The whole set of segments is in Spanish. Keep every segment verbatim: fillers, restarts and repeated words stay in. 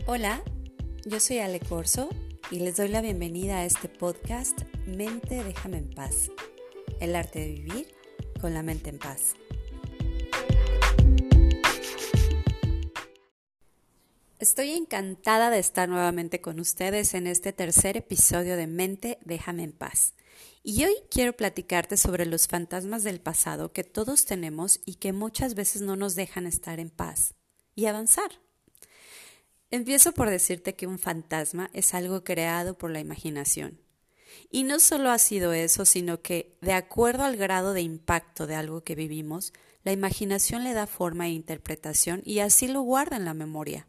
Hola, yo soy Ale Corso y les doy la bienvenida a este podcast Mente Déjame en Paz, el arte de vivir con la mente en paz. Estoy encantada de estar nuevamente con ustedes en este tercer episodio de Mente Déjame en Paz. Y hoy quiero platicarte sobre los fantasmas del pasado que todos tenemos y que muchas veces no nos dejan estar en paz y avanzar. Empiezo por decirte que un fantasma es algo creado por la imaginación. Y no solo ha sido eso, sino que, de acuerdo al grado de impacto de algo que vivimos, la imaginación le da forma e interpretación y así lo guarda en la memoria.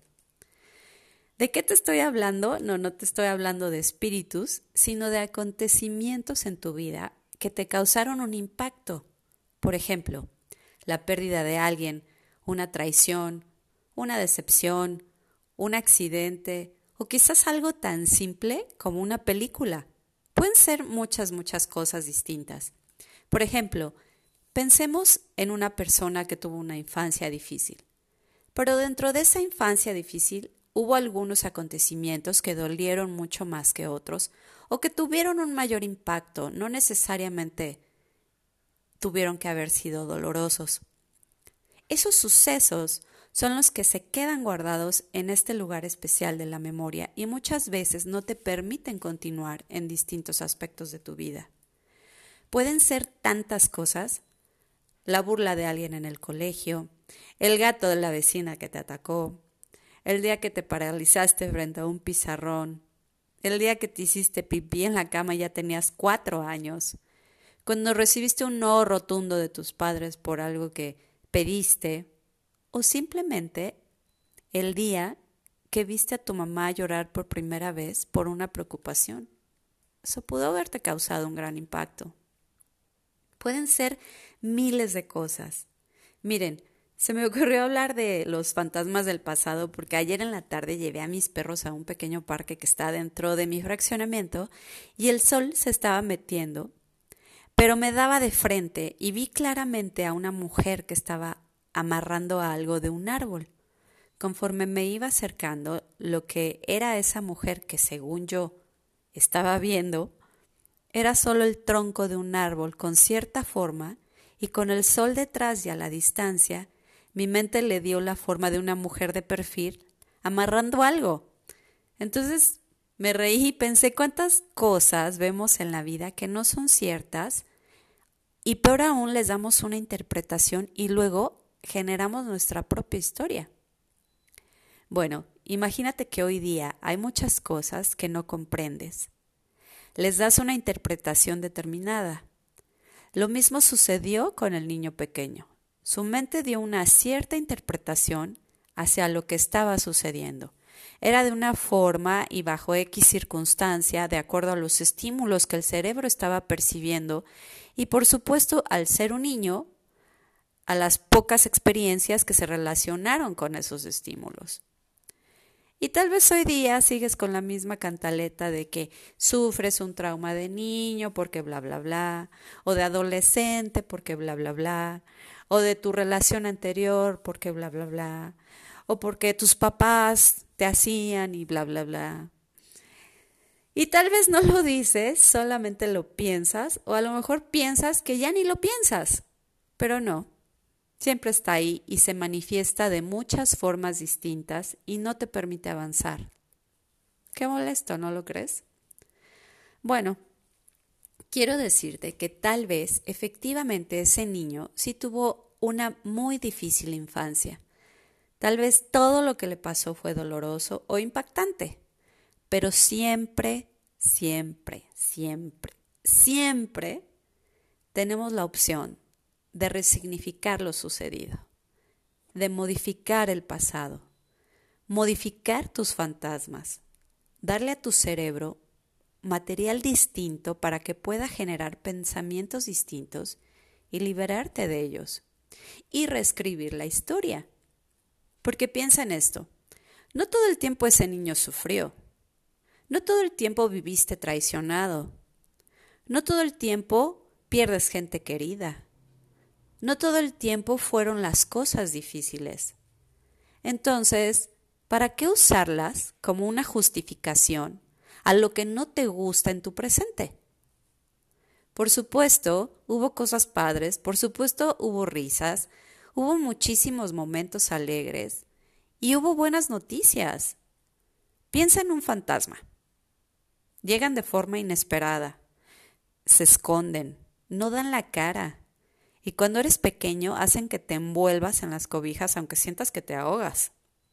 ¿De qué te estoy hablando? No, no te estoy hablando de espíritus, sino de acontecimientos en tu vida que te causaron un impacto. Por ejemplo, la pérdida de alguien, una traición, una decepción, un accidente o quizás algo tan simple como una película. Pueden ser muchas, muchas cosas distintas. Por ejemplo, pensemos en una persona que tuvo una infancia difícil. Pero dentro de esa infancia difícil hubo algunos acontecimientos que dolieron mucho más que otros o que tuvieron un mayor impacto, no necesariamente tuvieron que haber sido dolorosos. Esos sucesos son los que se quedan guardados en este lugar especial de la memoria y muchas veces no te permiten continuar en distintos aspectos de tu vida. Pueden ser tantas cosas: la burla de alguien en el colegio, el gato de la vecina que te atacó, el día que te paralizaste frente a un pizarrón, el día que te hiciste pipí en la cama y ya tenías cuatro años, cuando recibiste un no rotundo de tus padres por algo que pediste, o simplemente el día que viste a tu mamá llorar por primera vez por una preocupación. Eso pudo haberte causado un gran impacto. Pueden ser miles de cosas. Miren, se me ocurrió hablar de los fantasmas del pasado porque ayer en la tarde llevé a mis perros a un pequeño parque que está dentro de mi fraccionamiento y el sol se estaba metiendo, pero me daba de frente y vi claramente a una mujer que estaba amarrando algo de un árbol. Conforme me iba acercando, lo que era esa mujer que según yo estaba viendo era solo el tronco de un árbol con cierta forma y con el sol detrás y a la distancia, mi mente le dio la forma de una mujer de perfil amarrando algo. Entonces me reí y pensé cuántas cosas vemos en la vida que no son ciertas y peor aún les damos una interpretación y luego generamos nuestra propia historia. Bueno, imagínate que hoy día hay muchas cosas que no comprendes. Les das una interpretación determinada. Lo mismo sucedió con el niño pequeño. Su mente dio una cierta interpretación hacia lo que estaba sucediendo. Era de una forma y bajo X circunstancia, de acuerdo a los estímulos que el cerebro estaba percibiendo, y por supuesto, al ser un niño, a las pocas experiencias que se relacionaron con esos estímulos. Y tal vez hoy día sigues con la misma cantaleta de que sufres un trauma de niño porque bla bla bla, o de adolescente porque bla bla bla, o de tu relación anterior porque bla bla bla, o porque tus papás te hacían y bla bla bla. Y tal vez no lo dices, solamente lo piensas, o a lo mejor piensas que ya ni lo piensas, pero no. Siempre está ahí y se manifiesta de muchas formas distintas y no te permite avanzar. Qué molesto, ¿no lo crees? Bueno, quiero decirte que tal vez efectivamente ese niño sí tuvo una muy difícil infancia. Tal vez todo lo que le pasó fue doloroso o impactante, pero siempre, siempre, siempre, siempre tenemos la opción de resignificar lo sucedido, de modificar el pasado, modificar tus fantasmas, darle a tu cerebro material distinto para que pueda generar pensamientos distintos y liberarte de ellos, y reescribir la historia. Porque piensa en esto, no todo el tiempo ese niño sufrió, no todo el tiempo viviste traicionado, no todo el tiempo pierdes gente querida. No todo el tiempo fueron las cosas difíciles. Entonces, ¿Para qué usarlas como una justificación a lo que no te gusta en tu presente? Por supuesto, hubo cosas padres, por supuesto, hubo risas, hubo muchísimos momentos alegres y hubo buenas noticias. Piensa en un fantasma. Llegan de forma inesperada, se esconden, no dan la cara. Y cuando eres pequeño hacen que te envuelvas en las cobijas aunque sientas que te ahogas.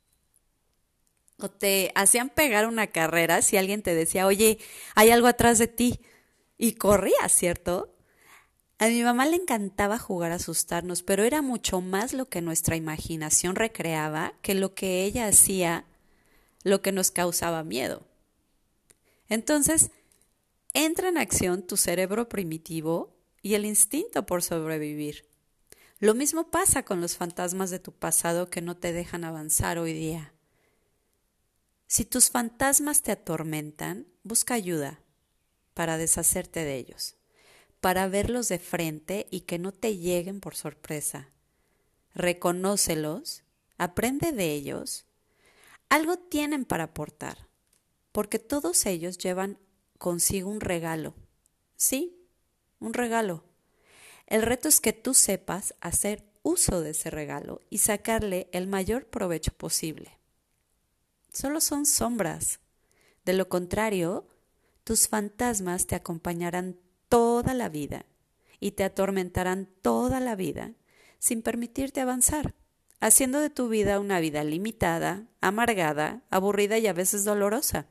O te hacían pegar una carrera si alguien te decía, oye, hay algo atrás de ti. Y corrías, ¿cierto? A mi mamá le encantaba jugar a asustarnos, pero era mucho más lo que nuestra imaginación recreaba que lo que ella hacía, lo que nos causaba miedo. Entonces, entra en acción tu cerebro primitivo y el instinto por sobrevivir. Lo mismo pasa con los fantasmas de tu pasado que no te dejan avanzar hoy día. Si tus fantasmas te atormentan, busca ayuda para deshacerte de ellos, para verlos de frente y que no te lleguen por sorpresa. Reconócelos, aprende de ellos. Algo tienen para aportar, porque todos ellos llevan consigo un regalo. Sí, un regalo. El reto es que tú sepas hacer uso de ese regalo y sacarle el mayor provecho posible. Solo son sombras. De lo contrario, tus fantasmas te acompañarán toda la vida y te atormentarán toda la vida sin permitirte avanzar, haciendo de tu vida una vida limitada, amargada, aburrida y a veces dolorosa.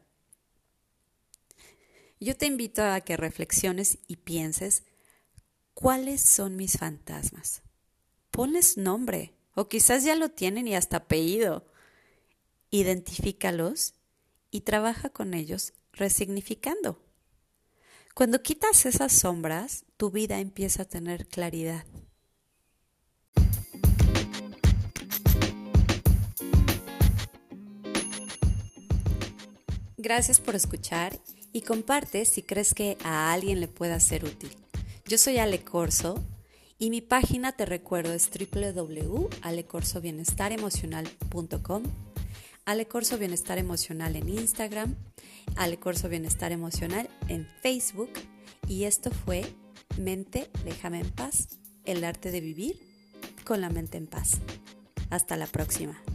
Yo te invito a que reflexiones y pienses, ¿cuáles son mis fantasmas? Ponles nombre, o quizás ya lo tienen y hasta apellido. Identifícalos y trabaja con ellos resignificando. Cuando quitas esas sombras, tu vida empieza a tener claridad. Gracias por escuchar y comparte si crees que a alguien le pueda ser útil. Yo soy Ale Corso y mi página, te recuerdo, es doble u doble u doble u punto ale corso bienestar emocional punto com. Ale Corso Bienestar Emocional en Instagram, Ale Corso Bienestar Emocional en Facebook. Y esto fue Mente, déjame en paz, el arte de vivir con la mente en paz. Hasta la próxima.